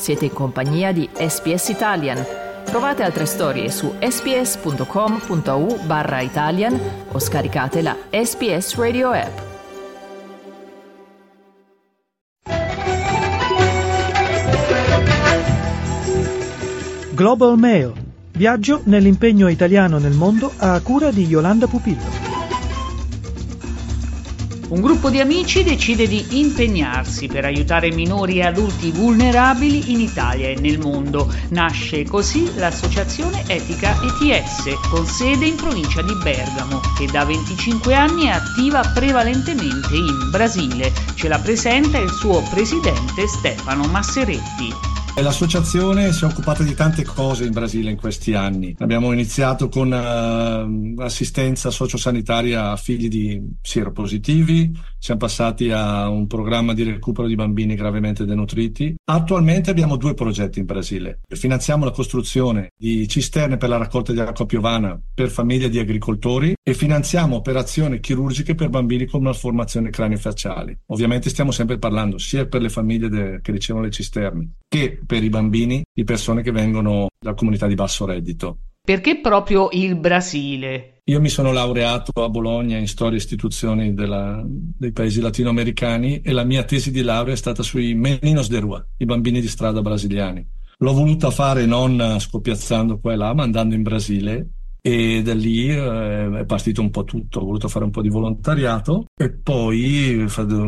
Siete in compagnia di SBS Italian. Trovate altre storie su sbs.com.au/Italian o scaricate la SBS Radio app. Global Mail. Viaggio nell'impegno italiano nel mondo a cura di Yolanda Pupillo. Un gruppo di amici decide di impegnarsi per aiutare minori e adulti vulnerabili in Italia e nel mondo. Nasce così l'associazione Etica ETS, con sede in provincia di Bergamo, che da 25 anni è attiva prevalentemente in Brasile. Ce la presenta il suo presidente Stefano Masseretti. L'associazione si è occupata di tante cose in Brasile in questi anni. Abbiamo iniziato con assistenza sociosanitaria a figli di sieropositivi, siamo passati a un programma di recupero di bambini gravemente denutriti. Attualmente abbiamo 2 progetti in Brasile. Finanziamo la costruzione di cisterne per la raccolta di acqua piovana per famiglie di agricoltori e finanziamo operazioni chirurgiche per bambini con malformazioni craniofaciali. Ovviamente stiamo sempre parlando sia per le famiglie che ricevono le cisterne che per i bambini di persone che vengono da comunità di basso reddito. Perché proprio il Brasile? Io mi sono laureato a Bologna in storia e istituzioni dei paesi latinoamericani e la mia tesi di laurea è stata sui meninos de rua, i bambini di strada brasiliani. L'ho voluta fare non scoppiazzando qua e là, ma andando in Brasile. E da lì è partito un po' tutto. Ho voluto fare un po' di volontariato e poi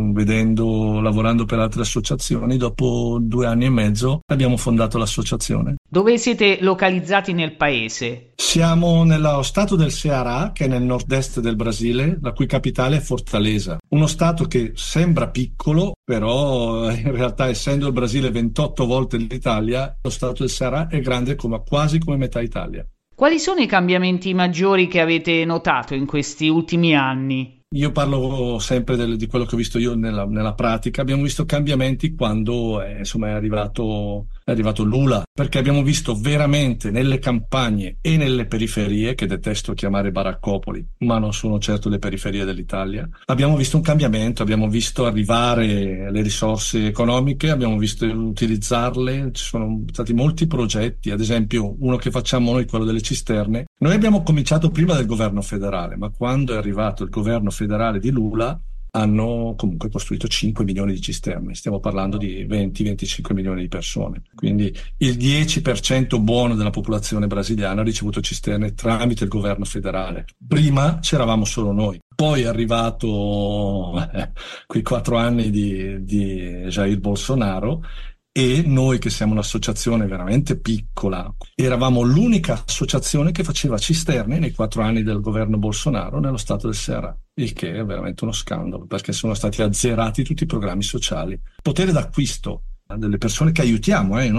lavorando per altre associazioni, dopo 2 anni e mezzo abbiamo fondato l'associazione. Dove siete localizzati nel paese? Siamo nello stato del Ceará, che è nel nord-est del Brasile, la cui capitale è Fortaleza. Uno stato che sembra piccolo, però in realtà, essendo il Brasile 28 volte l'Italia, lo stato del Ceará è grande quasi come metà Italia. Quali sono i cambiamenti maggiori che avete notato in questi ultimi anni? Io parlo sempre di quello che ho visto io nella pratica. Abbiamo visto cambiamenti quando è arrivato Lula, perché abbiamo visto veramente nelle campagne e nelle periferie, che detesto chiamare baraccopoli, ma non sono certo le periferie dell'Italia, abbiamo visto un cambiamento, abbiamo visto arrivare le risorse economiche, abbiamo visto utilizzarle, ci sono stati molti progetti, ad esempio uno che facciamo noi, quello delle cisterne. Noi abbiamo cominciato prima del governo federale, ma quando è arrivato il governo federale di Lula hanno comunque costruito 5 milioni di cisterne. Stiamo parlando di 20-25 milioni di persone. Quindi il 10% buono della popolazione brasiliana ha ricevuto cisterne tramite il governo federale. Prima c'eravamo solo noi. Poi è arrivato quei 4 anni di Jair Bolsonaro e noi, che siamo un'associazione veramente piccola, eravamo l'unica associazione che faceva cisterne nei 4 anni del governo Bolsonaro nello stato del Ceará, il che è veramente uno scandalo, perché sono stati azzerati tutti i programmi sociali. Potere d'acquisto delle persone che aiutiamo, è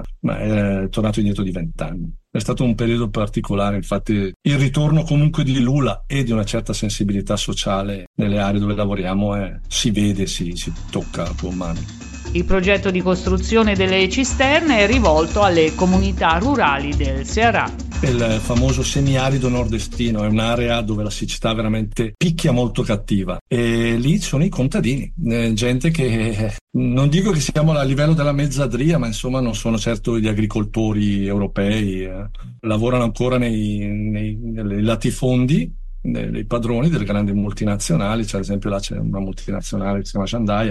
tornato indietro di 20 anni. È stato un periodo particolare, infatti il ritorno comunque di Lula e di una certa sensibilità sociale nelle aree dove lavoriamo si vede, si tocca con mano. Il progetto di costruzione delle cisterne è rivolto alle comunità rurali del Ceará. Il famoso semiarido nordestino è un'area dove la siccità veramente picchia molto cattiva e lì sono i contadini, gente che non dico che siamo a livello della mezzadria, ma insomma non sono certo gli agricoltori europei, lavorano ancora nei latifondi, dei padroni delle grandi multinazionali. Ad esempio là c'è una multinazionale che si chiama Jandaia,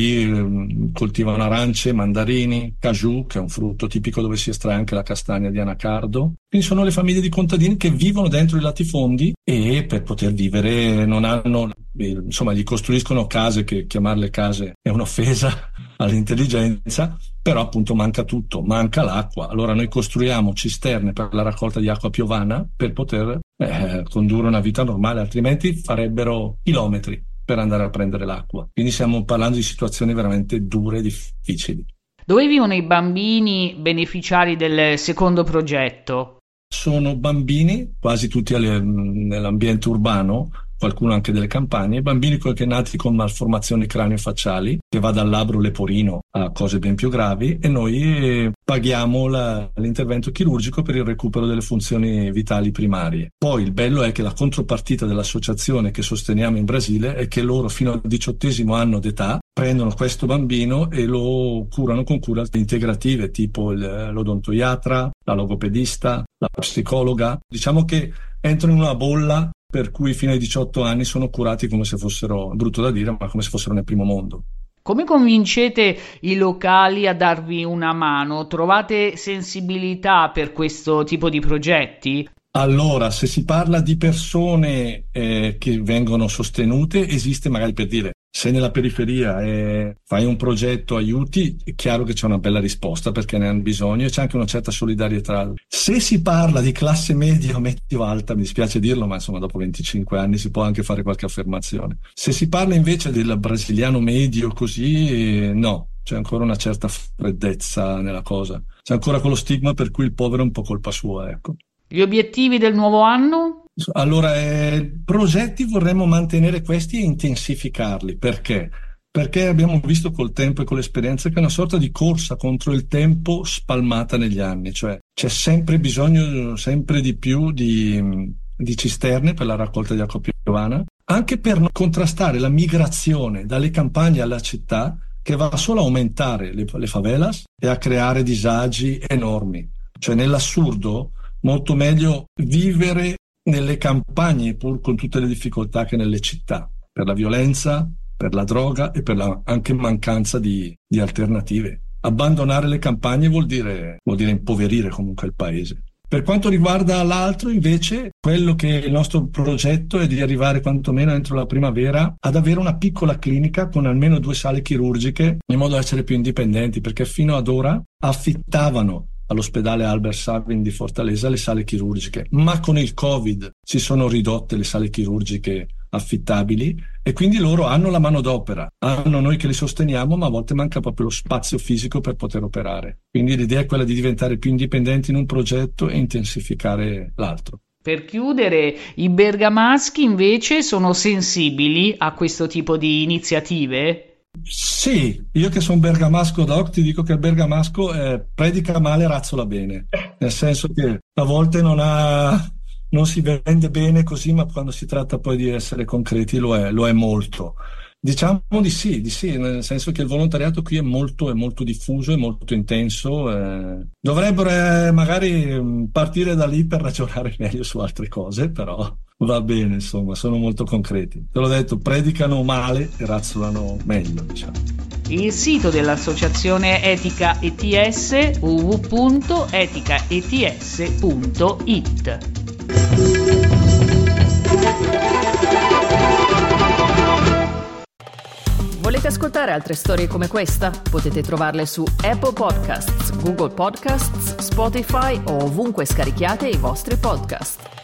lì coltivano arance, mandarini, caju, che è un frutto tipico dove si estrae anche la castagna di anacardo. Quindi sono le famiglie di contadini che vivono dentro i latifondi e per poter vivere non hanno, gli costruiscono case, che chiamarle case è un'offesa all'intelligenza, però appunto manca tutto, manca l'acqua. Allora noi costruiamo cisterne per la raccolta di acqua piovana per poter condurre una vita normale, altrimenti farebbero chilometri per andare a prendere l'acqua. Quindi stiamo parlando di situazioni veramente dure e difficili. Dove vivono i bambini beneficiari del secondo progetto? Sono bambini, quasi tutti nell'ambiente urbano, qualcuno anche delle campagne, bambini che nati con malformazioni craniofaciali, che va dal labbro leporino a cose ben più gravi, e noi paghiamo l'intervento chirurgico per il recupero delle funzioni vitali primarie. Poi il bello è che la contropartita dell'associazione che sosteniamo in Brasile è che loro fino al 18° anno d'età prendono questo bambino e lo curano con cure integrative, tipo l'odontoiatra, la logopedista, la psicologa. Diciamo che entrano in una bolla per cui fino ai 18 anni sono curati come se fossero, brutto da dire, ma come se fossero nel primo mondo. Come convincete i locali a darvi una mano? Trovate sensibilità per questo tipo di progetti? Allora, se si parla di persone che vengono sostenute, esiste magari, per dire, se nella periferia fai un progetto, aiuti, è chiaro che c'è una bella risposta perché ne hanno bisogno e c'è anche una certa solidarietà. Se si parla di classe media o medio-alta, mi dispiace dirlo, ma insomma dopo 25 anni si può anche fare qualche affermazione. Se si parla invece del brasiliano medio così, no, c'è ancora una certa freddezza nella cosa. C'è ancora quello stigma per cui il povero è un po' colpa sua, ecco. Gli obiettivi del nuovo anno? Allora, progetti vorremmo mantenere questi e intensificarli. Perché? Perché abbiamo visto col tempo e con l'esperienza che è una sorta di corsa contro il tempo spalmata negli anni, cioè c'è sempre bisogno, sempre di più di cisterne per la raccolta di acqua piovana, anche per contrastare la migrazione dalle campagne alla città che va solo a aumentare le favelas e a creare disagi enormi. Cioè nell'assurdo molto meglio vivere nelle campagne pur con tutte le difficoltà che nelle città, per la violenza, per la droga e per la anche mancanza di alternative. Abbandonare le campagne vuol dire impoverire comunque il paese. Per quanto riguarda l'altro, invece, quello che è il nostro progetto è di arrivare quantomeno entro la primavera ad avere una piccola clinica con almeno 2 sale chirurgiche, in modo da essere più indipendenti, perché fino ad ora affittavano all'ospedale Albert Sabin di Fortaleza le sale chirurgiche, ma con il Covid si sono ridotte le sale chirurgiche affittabili e quindi loro hanno la manodopera, hanno noi che li sosteniamo, ma a volte manca proprio lo spazio fisico per poter operare. Quindi l'idea è quella di diventare più indipendenti in un progetto e intensificare l'altro. Per chiudere, i bergamaschi invece sono sensibili a questo tipo di iniziative? Sì, io che sono bergamasco doc ti dico che il bergamasco predica male, razzola bene, nel senso che a volte non si vende bene così, ma quando si tratta poi di essere concreti lo è molto. Diciamo di sì, nel senso che il volontariato qui è molto diffuso, è molto intenso. Dovrebbero magari partire da lì per ragionare meglio su altre cose, però va bene, insomma, sono molto concreti. Te l'ho detto, predicano male e razzolano meglio, diciamo. Il sito dell'associazione Etica ETS www.eticaets.it. Volete ascoltare altre storie come questa? Potete trovarle su Apple Podcasts, Google Podcasts, Spotify o ovunque scarichiate i vostri podcast.